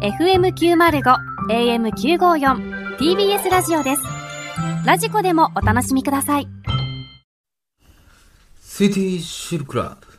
FM905 AM954 TBS ラジオです。ラジコでもお楽しみください。 シティシルクラブ。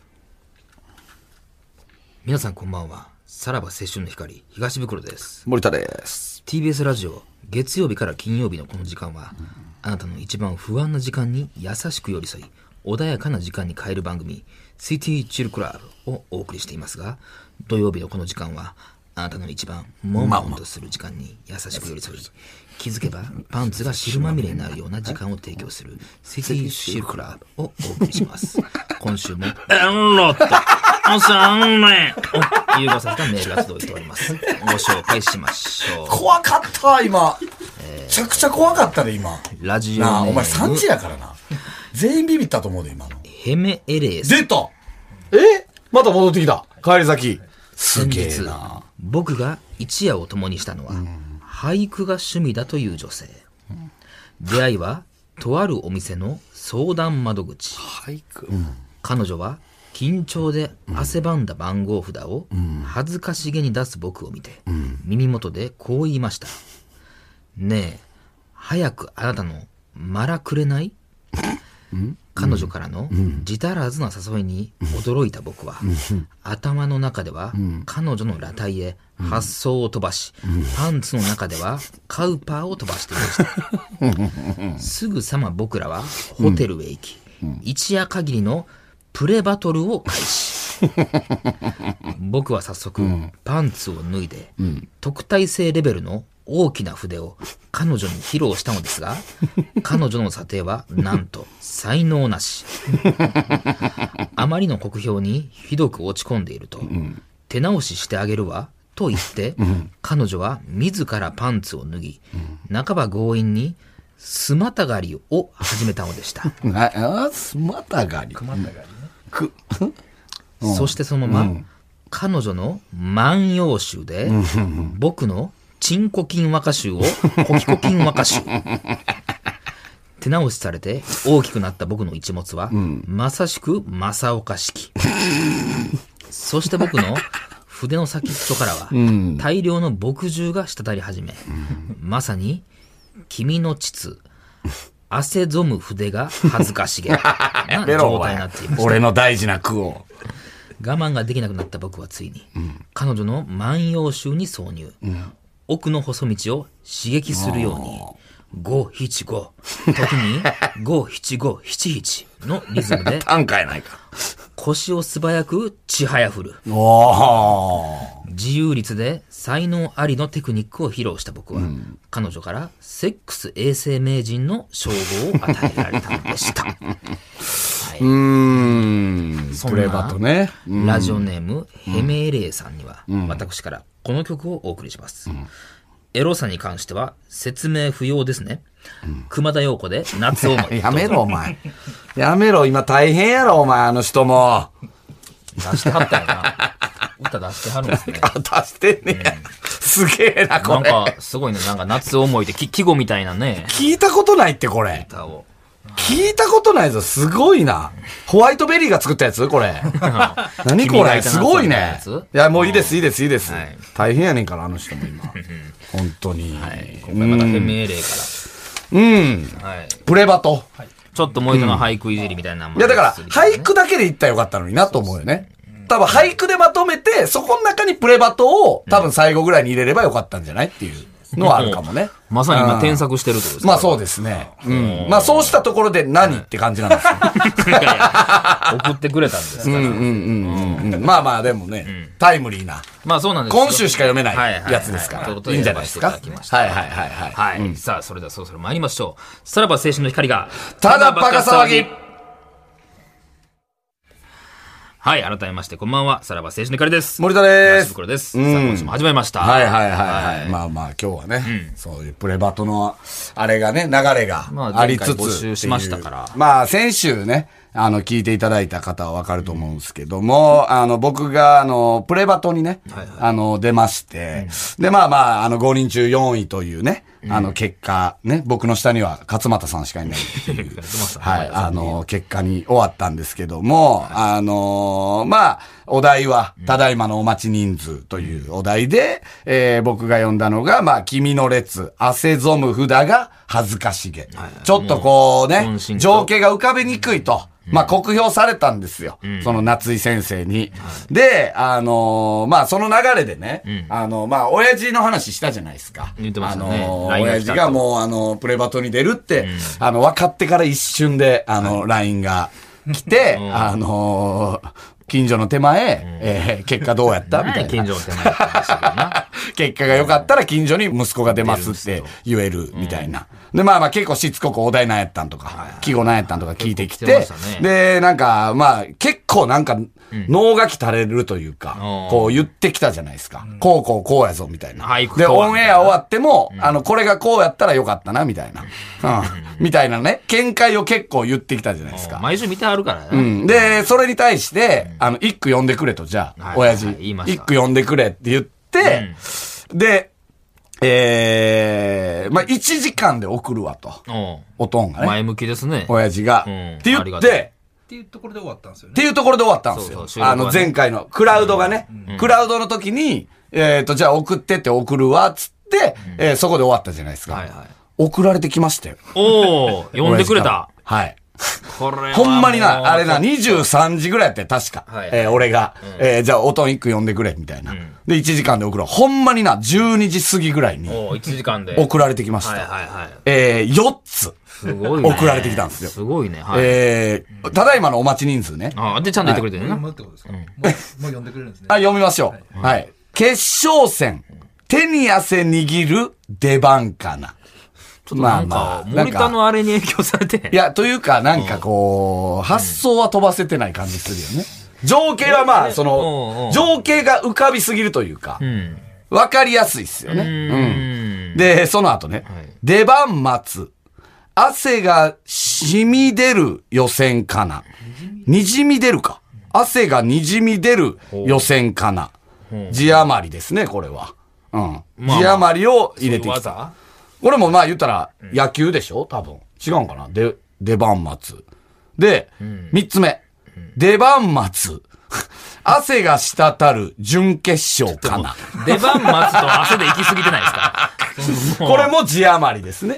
皆さんこんばんは。さらば青春の光東袋です。 森田です。 TBS ラジオ月曜日から金曜日のこの時間は、あなたの一番不安な時間に優しく寄り添い穏やかな時間に変える番組シティチルクラブをお送りしていますが、土曜日のこの時間はあなたの一番悶々とする時間に優しく寄り添い、気づけばパンツが汁まみれになるような時間を提供するシティシルクラブをお送りします。今週もエンロット3年を融合させたメールが届いております。ご紹介しましょう。 怖かった今、めちゃくちゃ怖かったで今。 ラジオネームなあ、お前3時やからな。全員ビビったと思うで今の。 ヘメエレーさん。 出た。また戻ってきた。帰り先。すげえな。 僕が一夜を共にしたのは、俳句が趣味だという女性。出会いはとあるお店の相談窓口。 俳句。 彼女は緊張で汗ばんだ番号札を恥ずかしげに出す僕を見て、耳元でこう言いました。ねえ、早くあなたのマラくれない？彼女からの自足らずな誘いに驚いた僕は、頭の中では彼女の裸体へ発想を飛ばし、パンツの中ではカウパーを飛ばしていました。すぐさま僕らはホテルへ行き、一夜限りのプレバトルを開始。僕は早速パンツを脱いで、特待生レベルの大きな筆を彼女に披露したのですが、彼女の査定はなんと才能なし。あまりの酷評にひどく落ち込んでいると、手直ししてあげるわと言って、彼女は自らパンツを脱ぎ、半ば強引にスマタ狩りを始めたのでした。 スマタ狩り。 そしてそのまま、彼女の万葉集で、僕のチンコ金和歌集をコキコ金和歌集。手直しされて大きくなった僕の一物は、まさしく正岡式。そして僕の筆の先っちょからは、大量の墨汁が滴り始め、まさに君の膣汗ぞむ筆が恥ずかしげな状態になっていました。 俺の大事な句を。 我慢ができなくなった僕はついに、彼女の万葉集に挿入、奥の細道を刺激するように575時に57577のリズムで短歌やないか。 腰を素早くちはや振る。自由律で才能ありのテクニックを披露した僕は、彼女からセックス衛生名人の称号を与えられたのでした。 プレバトね。 ラジオネームヘメエレーさんには、私からこの曲をお送りします。エロさに関しては説明不要ですね。熊田曜子で夏思い。 やめろお前。やめろ、今大変やろお前、あの人も。 出してはったよな。歌出してはるんですね。 出してんねや。すげえなこれ。 なんかすごいね、なんか夏思いって季語みたいなね。 聞いたことないってこれ。 歌を。 聞いたことないぞ、すごいな。ホワイトベリーが作ったやつこれ。何これ、すごいね。いや、もういいです、いいです、いいです。大変やねんから、あの人も今。本当に。 今回またヘメエレーから。 プレバト。 ちょっともう一度の俳句いじりみたいな。 いや、だから、俳句だけで言ったらよかったのになと思うよね。多分、俳句でまとめて、そこの中にプレバトを、多分最後ぐらいに入れればよかったんじゃないっていうのはあるかもね。 まさに今添削してるってことですか？ まあそうですね。まあそうしたところで何って感じなんですよ。 送ってくれたんですから。 まあまあでもね、タイムリーな。 まあそうなんです。 今週しか読めないやつですから。いいんじゃないですか。はいはいはいはい。さあ、それではそろそろ参りましょう。さらば青春の光が、 ただバカ騒ぎ。 はい、改めまして、こんばんは。さらば青春の光です。 森田です。 袋です。さあ、今週も始まりました。 はいはいはいはい。まあまあ、今日はね、そういうプレバトの、あれがね、流れがありつつ。 募集しましたから。 まあ、先週ね、聞いていただいた方はわかると思うんですけども、僕が、プレバトにね、出まして、で、まあまあ、5人中4位というね、結果、ね、僕の下には勝俣さんしかいないっていう、はい、結果に終わったんですけども、まお題は、ただいまのお待ち人数というお題で、僕が読んだのが、まあ、君の列、汗ぞむ札が恥ずかしげ。ちょっとこうね、情景が浮かべにくいと。まあ、酷評されたんですよ。その夏井先生に。で、まあ、その流れでね、まあ、親父の話したじゃないですか。 言ってましたね。 親父がもう、プレバトに出るって、分かってから一瞬で、LINE が来て、近所の手前、結果どうやったみたいな。 近所の手前だったんですけどな。 結果が良かったら近所に息子が出ますって言えるみたいな。で、まあ結構しつこくお題何やったんとか、季語何やったんとか聞いてきて、で、なんかまあ結構なんか脳が垂れるというか、こう言ってきたじゃないですか。こうやぞみたいな。で、オンエア終わっても、これがこうやったらよかったなみたいな。みたいなね、見解を結構言ってきたじゃないですか。 毎週見てあるからね。 で、それに対して、一句読んでくれと、じゃあ、親父。一句読んでくれって言って、で、まあ、1時間で送るわと。おとんがね。 前向きですね。 親父が。って言って、 っていうところで終わったんですよね。 っていうところで終わったんですよ。前回のクラウドがね。クラウドの時に、じゃあ送ってって送るわ、つって、そこで終わったじゃないですか。送られてきましたよ。 読んでくれた。 はい。ほんまにな、あれな、23時ぐらいやって確か。俺が、じゃあ、おとん一句読んでくれ、みたいな。で、1時間で送る。ほんまにな、12時過ぎぐらいに。 1時間で。 送られてきました。4つ。 すごいね。 送られてきたんですよ。 すごいね。 ただいまのお待ち人数ね。 で、ちゃんと言ってくれてるね。 もう読んでくれるんですね。 読みましょう。はい。決勝戦、手に汗握る出番かな。 ちょっとなんか、森田のあれに影響されて。 いや、というか、なんかこう、発想は飛ばせてない感じするよね。情景はまあ、情景が浮かびすぎるというか、わかりやすいっすよね。で、その後ね、出番待つ。汗が染み出る予選かな。にじみ出るか。汗がにじみ出る予選かな。字余りですね、これは。字余りを入れてきた。これもまあ言ったら野球でしょ多分。違うんかな出番待つ。で、3つ目。出番待つ。汗が滴る準決勝かな。 出番待つと汗で行き過ぎてないですかこれも字余りですね。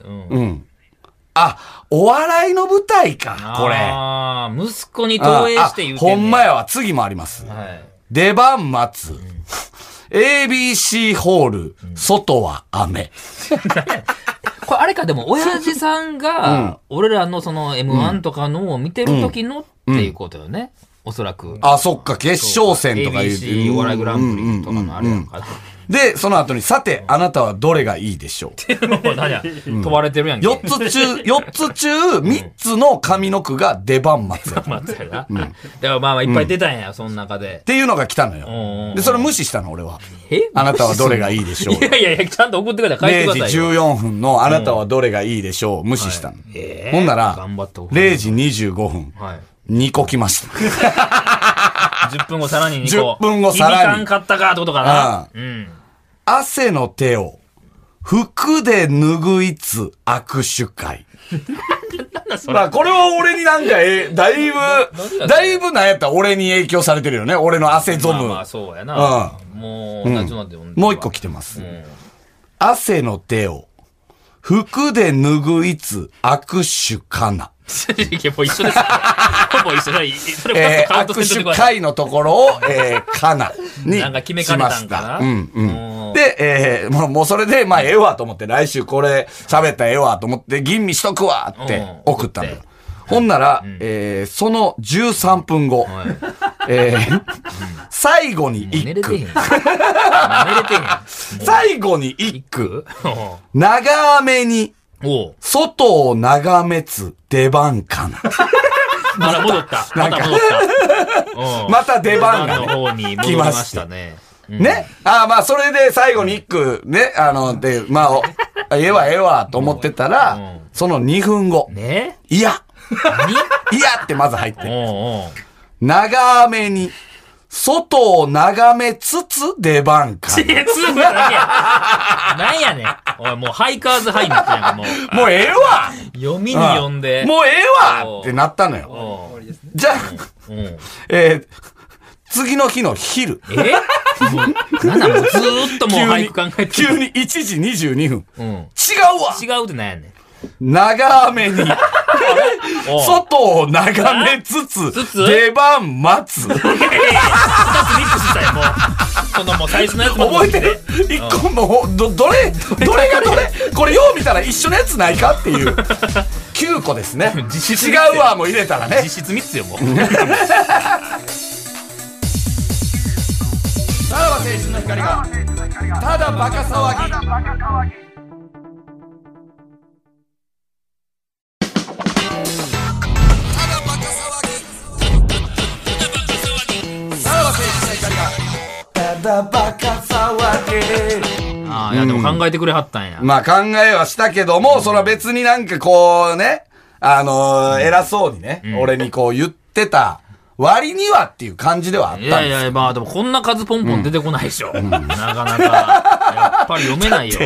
お笑いの舞台か、これ。 息子に投影して言うてんね。 ほんまやわ、次もあります。出番待つ。ABC ホール、外は雨。 これあれか、でも、親父さんが、俺らのその M1 とかのを見てる時のっていうことよね。おそらく。 そっか、決勝戦とか言うて。 ABC お笑いグランプリとかのあれやんか。 で、その後に、さて、あなたはどれがいいでしょうっていうのも何や、問われてるやんけ。 4つ中、3つの上の句が出番待つ。 出番待つやな。だからまあいっぱい出たんや、その中で。 っていうのが来たのよ。で、それ無視したの、俺は。あなたはどれがいいでしょう。 いや、ちゃんと送ってくれたら書いてくださいよ。 0時14分のあなたはどれがいいでしょう、無視したの。ほんなら、0時25分。2個来ました。 10分後さらに2個。 10分後さらに。 響かんかったかってことかな。 汗の手を服で拭いつ握手会。まあこれは俺になんかだいぶなんやったら俺に影響されてるよね。俺の汗ぞむ。 まあそうやな。もう、 もう一個来てます。汗の手を服で拭いつ握手かな。 いや、もう一緒です。ほぼ一緒だ。それ握手会のところを、かなになんか決めかねたんかな。で、もうそれで、まあ、ええわと思って、来週これ喋ったらええわと思って、吟味しとくわって送ったの。ほんなら、その13分後、最後に一句。最後に一句。長めに、外を眺めつ出番かな。 また戻った。 また出番がの方に戻りましたね。 ね。まあ、それで最後に一句、ね、で、まあ、ええわ、と思ってたら、その2分後。 ねいやってまず入って。長めに、外を眺めつつ出番かな。 なんやねん。おい、もうハイカーズハイになってんやんか、もう。 もうええわ読みに読んで。 もうええわってなったのよ。じゃあ、 次の日の昼。 なんだもうずーっともう俳句考えて急に1時22分。違うわ違うってなんやねん。 長めに。外を眺めつつ、出番待つ。 2つミックスしたよ、もう。そのもう最初のやつも。 覚えてる？一個も、どれがどれこれよう見たら一緒のやつないかっていう。9個ですね。違うわも入れたらね。 実質3つよ、もう。 さらば青春の光が、ただバカ騒ぎ。 ああ、いやでも考えてくれはったんや。 まあ考えはしたけども、それは別になんかこうね、偉そうにね、俺にこう言ってた割にはっていう感じではあったんです。 いやいや、まあでもこんな数ポンポン出てこないでしょ。なかなか、やっぱり読めないよ。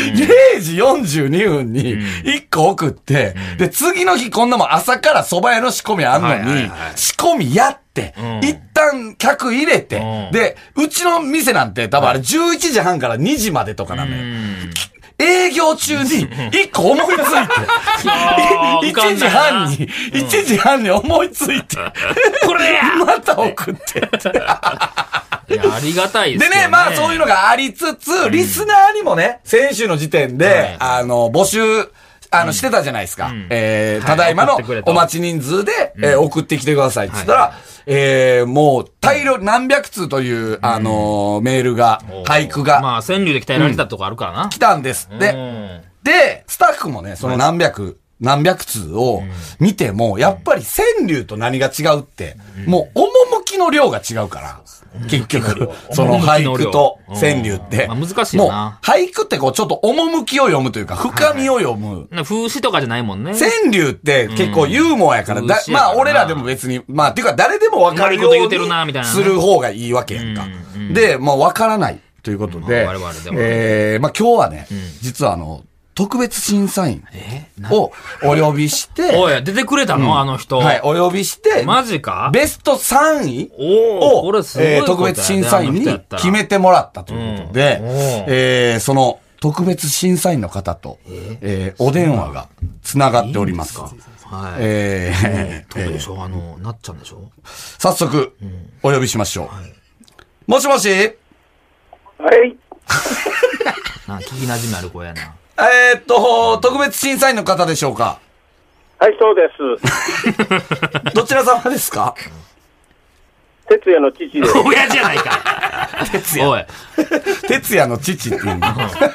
0時42分に1個送って、で、次の日こんなもん朝から蕎麦屋の仕込みあんのに、仕込みやって、一旦客入れて、で、うちの店なんて多分あれ11時半から2時までとかなのよ。営業中に一個思いついて、1時半に思いついて、これやまた送って。 いや、ありがたいですね。 でね、まあそういうのがありつつ、リスナーにもね、先週の時点で、募集、してたじゃないですか。ただいまのお待ち人数で、送ってきてくださいって言ったら、もう大量何百通という、メールが、俳句が。 まあ、川柳で鍛えられたとこあるからな。 来たんですって。で、スタッフもね、その何百通を見ても、やっぱり川柳と何が違うって、もう趣の量が違うから。結局、その俳句と川柳って。 難しいな。 もう、俳句ってこう、ちょっと趣を読むというか、深みを読む。 風刺とかじゃないもんね。 川柳って結構ユーモアやから、まあ、俺らでも別に、まあ、っていうか誰でも分かるようにする方がいいわけやんか。で、まあ、分からないということで、まあ、今日はね、実は特別審査員をお呼びして、 おい、出てくれたの、あの人。 はい、お呼びして、 マジかベスト3位を、特別審査員に決めてもらったということで、その特別審査員の方と、お電話がつながっております。 はい。どうでしょう、なっちゃうんでしょう。 早速、お呼びしましょう。もしもし？ はい。 聞き馴染みある子やな。 特別審査員の方でしょうか？ はい、そうです。 どちら様ですか？ 哲也の父です。 親父やないか。哲也。おい。 哲也の父っていうの。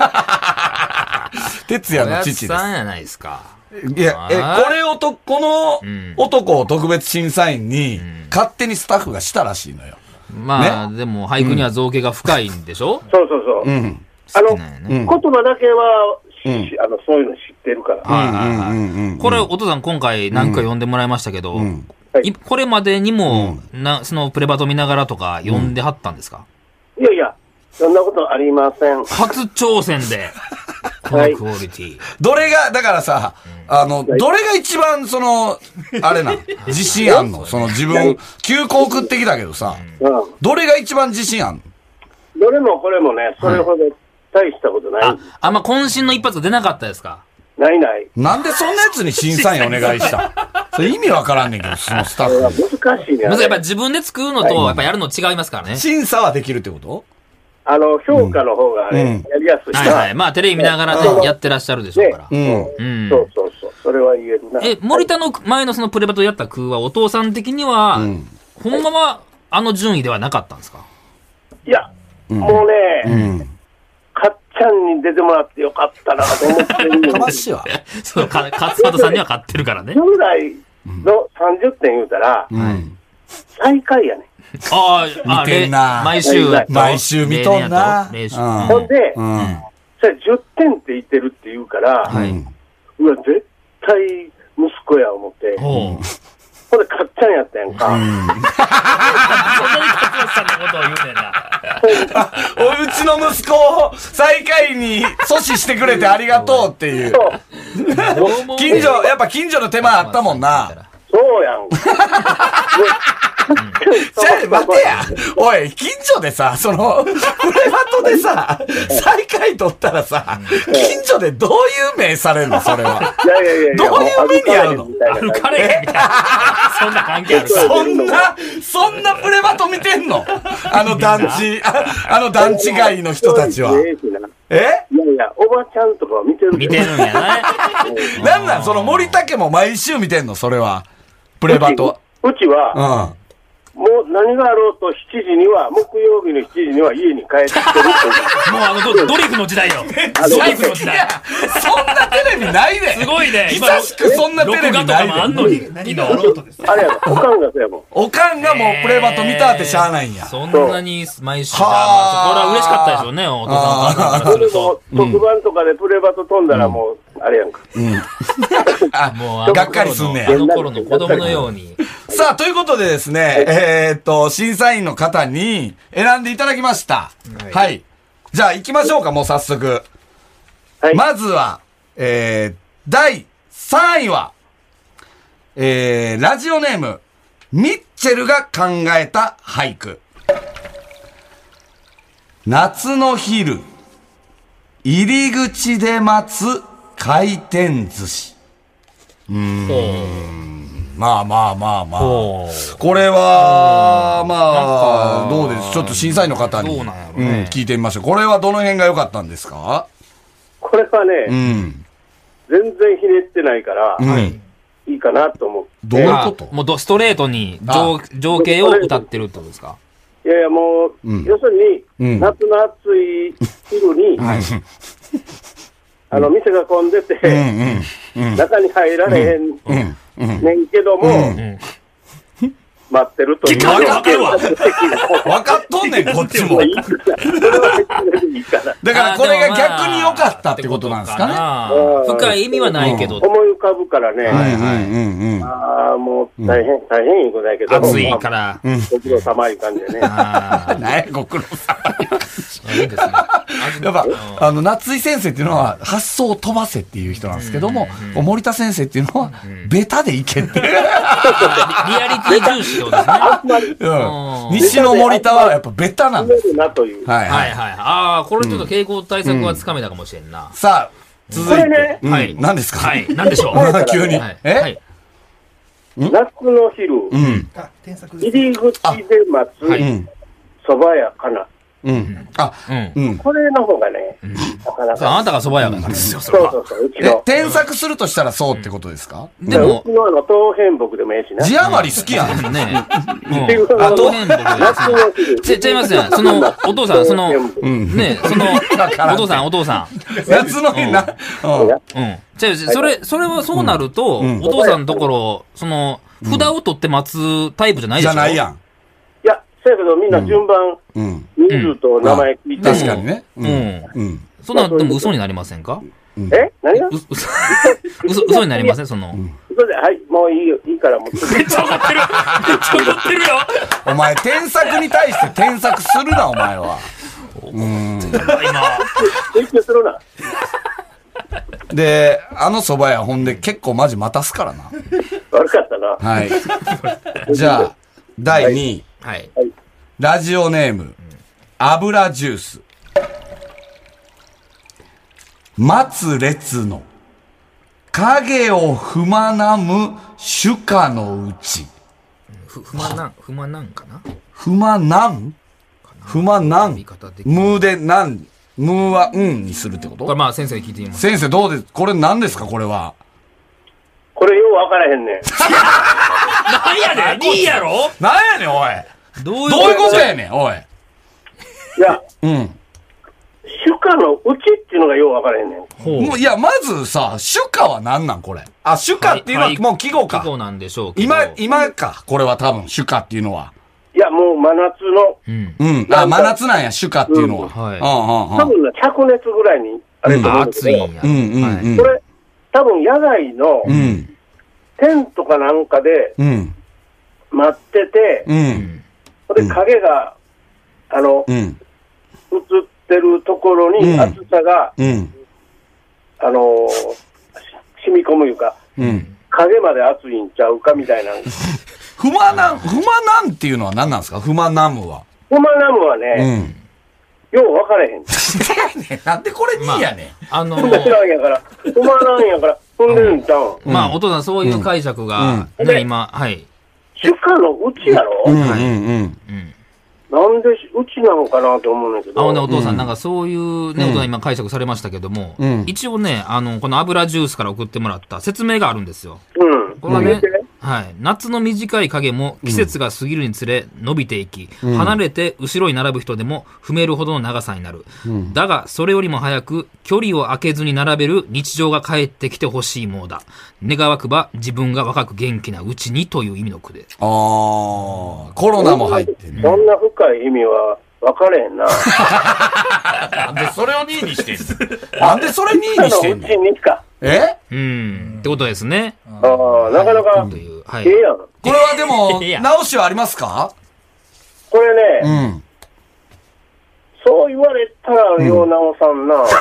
哲也の父です。 親父さんやないですか。 いや、この男を特別審査員に勝手にスタッフがしたらしいのよ。 まあ、でも俳句には造形が深いんでしょ？ そうそうそう。言葉だけは、そういうの知ってるから。 これ、お父さん今回何回読んでもらいましたけど、これまでにも、そのプレバト見ながらとか読んではったんですか？ いやいや、そんなことありません。 初挑戦で、このクオリティ。 どれが、だからさ、どれが一番あれな、自信あんの？自分、休校送ってきたけどさ、どれが一番自信あんの？ どれもこれもね、それほど大したことない。 あんま渾身の一発が出なかったですか？ ないない。 なんでそんなやつに審査員お願いしたそれ意味わからんねんけど、そのスタッフ。 難しいね。 やっぱ自分で作るのと、やっぱやるの違いますからね。 審査はできるってこと？ 評価の方がね、やりやすい。 はいはい。まあ、テレビ見ながらね、やってらっしゃるでしょうから。 そうそうそう。それは言えるな。 森田の前のそのプレバトやった空は、お父さん的には、ほんまは、順位ではなかったんですか？ いや、もうね、かっちゃんに出てもらってよかったなと思ってるんです。 話はそう、勝俣さんには勝ってるからね。 従来の30点言うたら、最下位やね。 見てんな。 毎週見とんな。 ほんで、それ10点って言ってるって言うから、うわ、絶対息子や思って、ほんで、かっちゃんやったやんか。そんなに勝俣さんのことを言うねんな。 うちの息子を最下位に阻止してくれてありがとうっていう。やっぱ近所の手間あったもんな。 そうやん。 待てや。おい、近所でさ、プレバトでさ、最下位取ったらさ、近所でどういう目されるのそれは。 いや。 どういう目に遭うの？ 歩かれへんみたいな。そんな関係あるか。 そんなプレバト見てんの？団地外の人たちは。 いや、おばちゃんとかは見てるんやな。 なん森田家も毎週見てんのそれは。プレバト。 うちは、もう何があろうと7時には、木曜日の7時には家に帰ってきてるもうドリフの時代よ。ドリフの時代。 そんなテレビないで。 すごいね。 久しくそんなテレビないで。 あんのに。 何があろうとです。あれやろ、おかんがそうやもん。 おかんがもうプレバト見たってしゃあないんや。 そんなに毎週。そこら嬉しかったでしょうね、お父さんお母さんからすると。 特番とかでプレバト飛んだらもう、あれやんか。 もう、がっかりすんねや。 あの頃の子供のように。 さあ、ということでですね、審査員の方に選んでいただきました。はい。じゃあ行きましょうか、もう早速。はい。まずは、第3位は、ラジオネーム、ミッチェルが考えた俳句。夏の昼、入り口で待つ回転寿司。まあ。これは、まあ、どうです？ちょっと審査員の方に、聞いてみましょう。これはどの辺が良かったんですか？ これはね、全然ひねってないから、いいかなと思って。 どういうこと？ もうストレートに情景を歌ってるってことですか？ いやもう、要するに、夏の暑い昼に、店が混んでて、中に入られへんねんけども、待ってるという。 分かっとんねん、こっちも。だからこれが逆に良かったってことなんですかね。 深い意味はないけど。 思い浮かぶからね。もう大変いいことだけど。 暑いから。 ご苦労様いう感じでね。 ね、ご苦労様。いいですね。やっぱ、夏井先生っていうのは発想を飛ばせっていう人なんですけども、森田先生っていうのは、ベタでいけって。リアリティ重視ってことですね。 西の森田はやっぱベタなんです。 はい。 ああ、これちょっと傾向対策はつかめたかもしれんな。 さあ、続いて。何ですか？ はい。何でしょう？ 急に。 夏の昼、入り口で待つ、蕎麦屋かな。これの方がね、なかなか。 あなたが蕎麦屋なんですよ、 そう。うちの。 添削するとしたらそうってことですか？ でも、 うちの東変木でもええしな。 字余り好きやんね。東変木で。ちゃいますね。お父さん、ね、お父さん。 夏の日な。 それはそうなると、お父さんのところ、札を取って待つタイプじゃないでしょ？ じゃないやん。 いや、そうやけどみんな順番、人数と名前聞いて。 確かにね。 そんなでも嘘になりませんか？ 何が嘘になりません？嘘で、 はい、もういいからもう。 めっちゃ怒ってるよ。 お前、添削に対して添削するな、お前は。 追求するな。 で、蕎麦屋ほんで結構マジ待たすからな。 悪かったな。 はい。じゃあ、第2位。 はい。 ラジオネーム、油ジュース。待つ列の影を踏まなむ主家のうち。 踏まなんかな？ 踏まなんむでなん、むはうんにするってこと？ これまあ先生に聞いてみます。 先生どうです？これ何ですかこれは。 これよう分からへんねん。 なんやねん !2 やろ？ なんやねんおい。 どういうことやねんおい。 いや。主家のうちっていうのがよう分からへんねん。 いや、まずさ、主家は何なんこれ。主家っていうのはもう季語か。 季語なんでしょうけど。 今か。これは多分、主家っていうのは。 いや、もう真夏の。 真夏なんや、主家っていうのは。 多分灼熱ぐらいに、あれと思うんですけど。 暑いんや。 これ、多分野外の、テントかなんかで、待ってて、で、影が、映ってるところに暑さが、染み込むいうか、影まで暑いんちゃうかみたいな。 フマナンっていうのは何なんですか？フマナムは。 フマナムはね、よう分かれへん。 なんでこれ2位やねん。 フマナンやから、フマナンやから、踏んでるんちゃうん。 まあ、お父さん、そういう解釈が、ね、今、はい。 主家のうちやろ？なんでうちなのかなと思うんだけど。 お父さん、なんかそういうね、お父さん今解釈されましたけども、一応ね、この油ジュースから送ってもらった説明があるんですよ。これはね、はい。夏の短い影も季節が過ぎるにつれ伸びていき、離れて後ろに並ぶ人でも踏めるほどの長さになる。だが、それよりも早く距離を空けずに並べる日常が帰ってきてほしいものだ。願わくば自分が若く元気なうちにという意味の句で。 コロナも入ってる。 そんな深い意味は分かれへんな。 なんでそれを2位にしてんの？なんでそれ2位にしてんの？ うちにか。 ってことですね。 なかなか、 はい。 ええやん。 これはでも、直しはありますか？ これね、そう言われたらよう直さんな。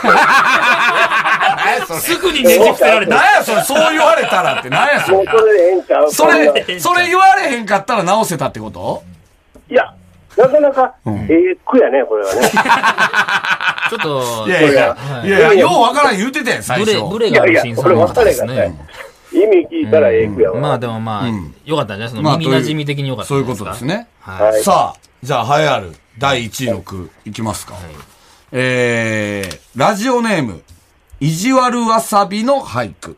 すぐにねじ伏せられた。 何やそれ、そう言われたらって何やそれ。 もうそれでええんちゃう？ それ言われへんかったら直せたってこと？いや、なかなか、句やね、これはね。 ちょっと、 いや、ようわからん言うてたやん、最初。 ブレがある審査の方ですね。 意味聞いたら句やわ。 まあでもまあ、よかったんじゃないですか。耳馴染み的によかった。 そういうことですね。 はい。 さあ、じゃあ、栄えある第1位の句、いきますか。ラジオネーム、意地悪わさびの俳句。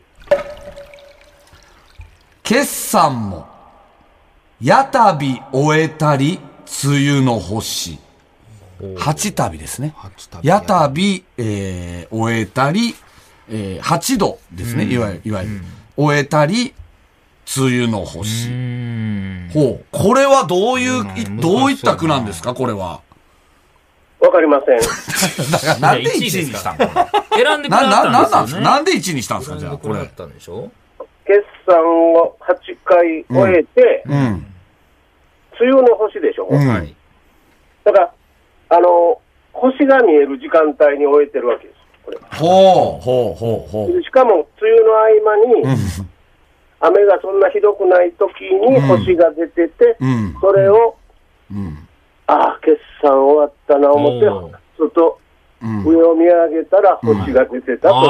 決算も、やたび終えたり、梅雨の星。8旅ですね。やたび、終えたり、8度ですね。いわゆる。終えたり、梅雨の星。ほう。これはどういった句なんですか、これは。 わかりません。 だからなんで1位にしたんか。 選んでくれたんですよね。 なんで1位にしたんですか、じゃあ、これ。 決算を8回終えて、梅雨の星でしょ？はい。だから、星が見える時間帯に終えてるわけです。これ。 ほう。 しかも、梅雨の合間に、雨がそんなひどくない時に星が出てて、それを、決算終わったな思って、ちょっと、上を見上げたら星が出てたという。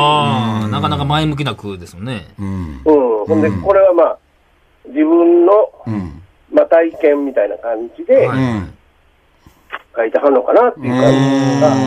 なかなか前向きな句ですよね。 ほんで、これはまあ、自分の、体験みたいな感じで、書いてはんのかなっていう感じが、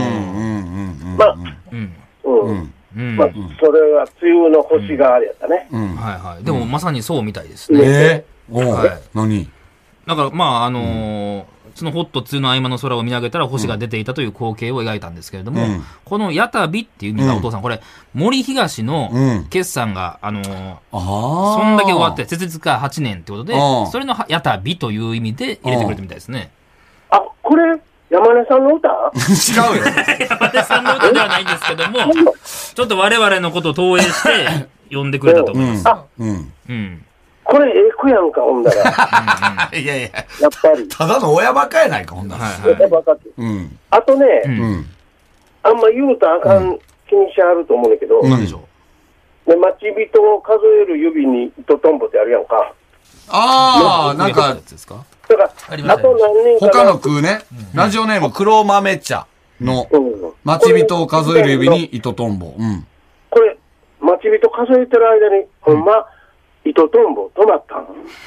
まあ、それは梅雨の星があれやったね。 はいはい。でもまさにそうみたいですね。 何？ だからまあそのホット梅雨の合間の空を見上げたら星が出ていたという光景を描いたんですけれども、このやたびっていう意味がお父さん、これ、森東の決算が、そんだけ終わって、設立から8年ってことで、それのやたびという意味で入れてくれたみたいですね。 あ、これ、山根さんの歌？ 違うよ。 山根さんの歌ではないんですけども、ちょっと我々のことを投影して呼んでくれたと思います。 これ、句やんか、ほんだら。 いや。 やっぱり。 ただの親バカやないか、ほんだら。 親バカって。あとね、あんま言うたらあかん気にしはると思うんだけど、 何でしょう。待ち人を数える指に糸トンボってあるやんか。 なんか、 だから、あと何人か。 他の句ね、ラジオネーム黒豆茶の、待ち人を数える指に糸トンボ。 これ、待ち人数えてる間に、ほんま、糸トンボ止まったん？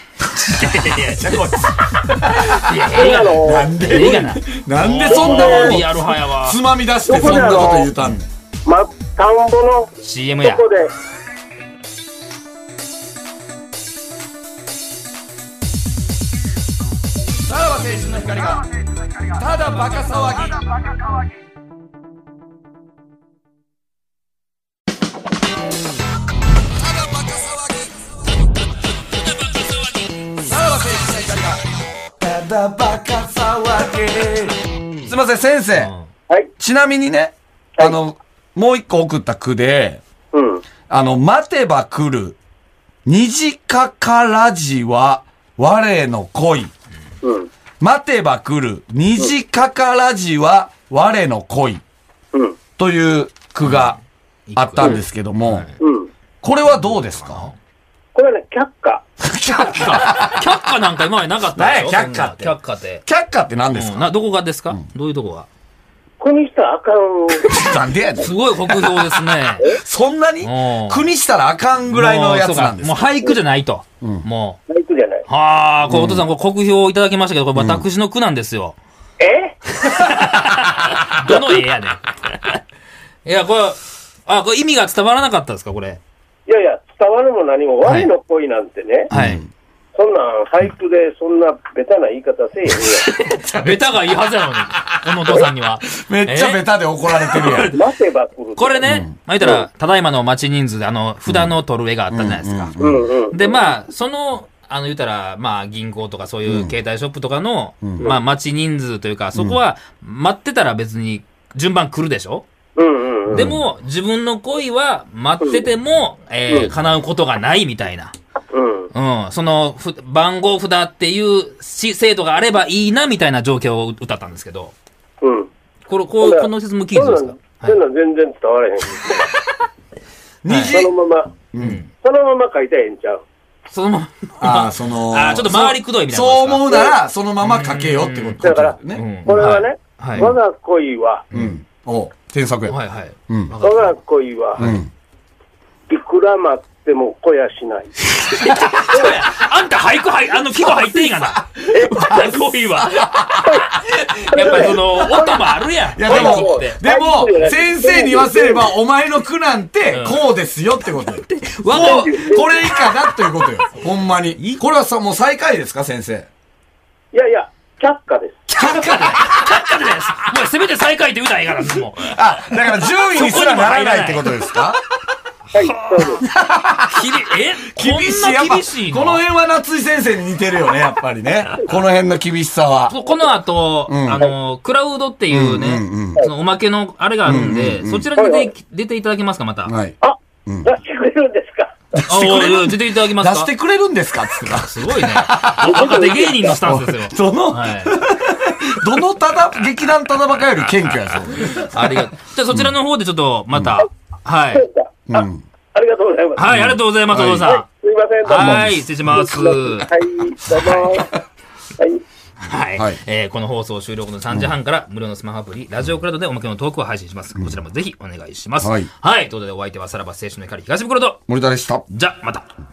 なんでそんなものつまみ出してそんなこと言うたんねん。 田んぼの CM や。 そこでさらば青春の光がただバカ騒ぎ。バカ騒ぎ。すいません、先生。ちなみにね、もう一個送った句で、待てば来る、虹かからじは、我の恋。待てば来る、虹かからじは、我の恋。という句があったんですけども、これはどうですか？ これはね、却下。 却下なんか今までなかったでしょ。 何や却下って。 却下って。 却下って何ですか？ どこがですか？どういうとこが？ 国したらあかん。 なんでやねん。 すごい酷評ですね。 そんなに国したらあかんぐらいのやつなんですか？ もう俳句じゃないと。もう。俳句じゃない。 はあ、これお父さん、これ酷評をいただきましたけど、これ私の句なんですよ。どの絵やねん。いや、これ意味が伝わらなかったですか、これ。 いやいや、伝わるも何も、ワニの恋なんてね。 はい。 そんなん俳句でそんなベタな言い方せえへんや。ベタがいいはずやのに、このお父さんには。 めっちゃベタで怒られてるやん。 待てば来る。 これね、言ったら、ただいまの待ち人数で札の取る絵があったじゃないですか。で、まあ、言ったら、まあ、銀行とかそういう携帯ショップとかの、まあ、待ち人数というか、そこは、待ってたら別に順番来るでしょ？でも、自分の恋は待ってても、叶うことがないみたいな。その、番号札っていう制度があればいいなみたいな状況を歌ったんですけど。この説も聞いてますか？ そういうの全然伝わらへん。そのまま書いたらええんちゃう？ そのまま。ちょっと回りくどいみたいな。 そう思うなら、そのまま書けよってことだからね。これはね、我が恋は、 添削や。 我が恋は、いくら待っても来やしない。 あんた季語入ってんがな。恋は。やっぱり音もあるやん。 いやでも、先生に言わせれば、お前の句なんて、こうですよってことよ。これ以下だということよ。ほんまに。これはもう最下位ですか、先生。 いやいや、却下です。 却下です。もうせめて最下位って歌えからもう。 だから順位にすらならないってことですか？ はい、そうです。 厳しいの？ この辺は夏井先生に似てるよね、やっぱりね。この辺の厳しさは。 この後、クラウドっていうね、そのおまけのあれがあるんで、そちらに出ていただけますか、また。 はい。出してくれるんですか？ 出ていただけますか？ 出してくれるんですかって言ってた。 すごいね。若手芸人のスタンスですよ。 どの劇団ただばかより謙虚やぞ。 ありがとう。じゃあそちらの方でちょっとまた、はい。 ありがとうございます。 はい、ありがとうございます、お父さん。 すいません、どうも。 はい、失礼します。はい、 どうも。 はい。この放送終了後の3時半から無料のスマホアプリ、ラジオクラウドでおまけのトークを配信します。こちらもぜひお願いします。はい。ということでお相手はさらば青春の光東袋と森田でした。 じゃ、また。